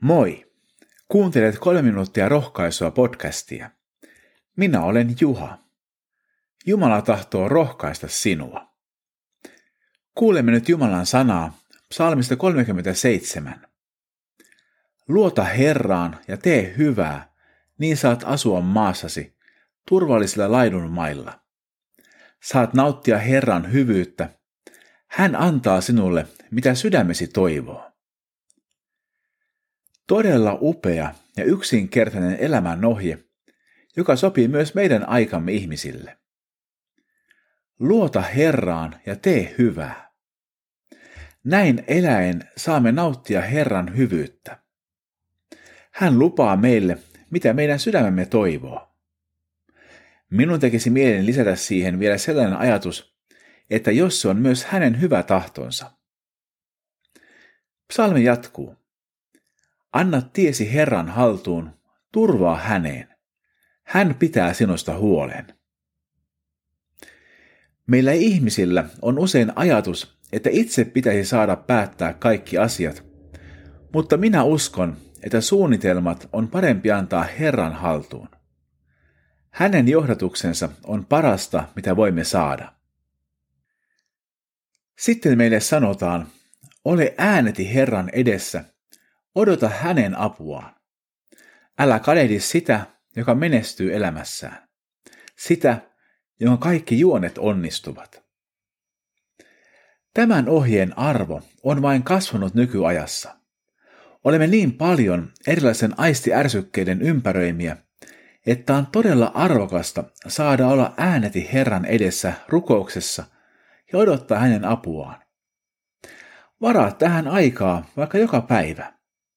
Moi! Kuuntelet 3 minuuttia rohkaisua podcastia. Minä olen Juha. Jumala tahtoo rohkaista sinua. Kuulemme nyt Jumalan sanaa psalmista 37. Luota Herraan ja tee hyvää, niin saat asua maassasi, turvallisilla laidunmailla. Saat nauttia Herran hyvyyttä. Hän antaa sinulle, mitä sydämesi toivoo. Todella upea ja yksinkertainen elämänohje, joka sopii myös meidän aikamme ihmisille. Luota Herraan ja tee hyvää. Näin eläen saamme nauttia Herran hyvyyttä. Hän lupaa meille, mitä meidän sydämemme toivoo. Minun tekisi mieleni lisätä siihen vielä sellainen ajatus, että jos se on myös hänen hyvä tahtonsa. Psalmi jatkuu. Anna tiesi Herran haltuun, turvaa häneen. Hän pitää sinusta huolen. Meillä ihmisillä on usein ajatus, että itse pitäisi saada päättää kaikki asiat, mutta minä uskon, että suunnitelmat on parempi antaa Herran haltuun. Hänen johdatuksensa on parasta, mitä voimme saada. Sitten meille sanotaan, ole ääneti Herran edessä, odota hänen apuaan. Älä kadehdi sitä, joka menestyy elämässään. Sitä, jonka kaikki juonet onnistuvat. Tämän ohjeen arvo on vain kasvanut nykyajassa. Olemme niin paljon erilaisen aistiärsykkeiden ympäröimiä, että on todella arvokasta saada olla ääneti Herran edessä rukouksessa ja odottaa hänen apuaan. Varaa tähän aikaa vaikka joka päivä.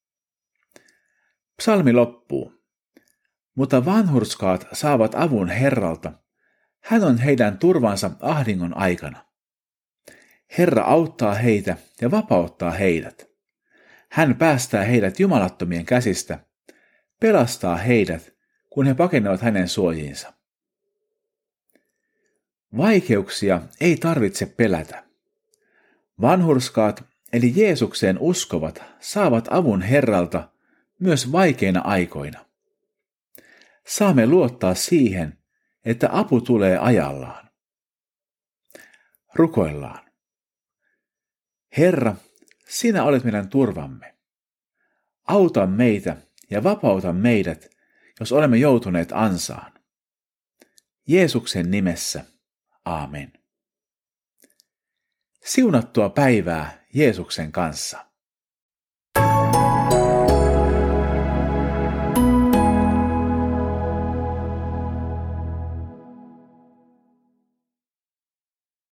Psalmi loppuu. Mutta vanhurskaat saavat avun Herralta. Hän on heidän turvansa ahdingon aikana. Herra auttaa heitä ja vapauttaa heidät. Hän päästää heidät jumalattomien käsistä, pelastaa heidät, kun he pakenevat hänen suojiinsa. Vaikeuksia ei tarvitse pelätä. Vanhurskaat eli Jeesukseen uskovat saavat avun Herralta myös vaikeina aikoina. Saamme luottaa siihen, että apu tulee ajallaan. Rukoillaan. Herra, sinä olet meidän turvamme. Auta meitä ja vapauta meidät, jos olemme joutuneet ansaan. Jeesuksen nimessä. Aamen. Siunattua päivää Jeesuksen kanssa.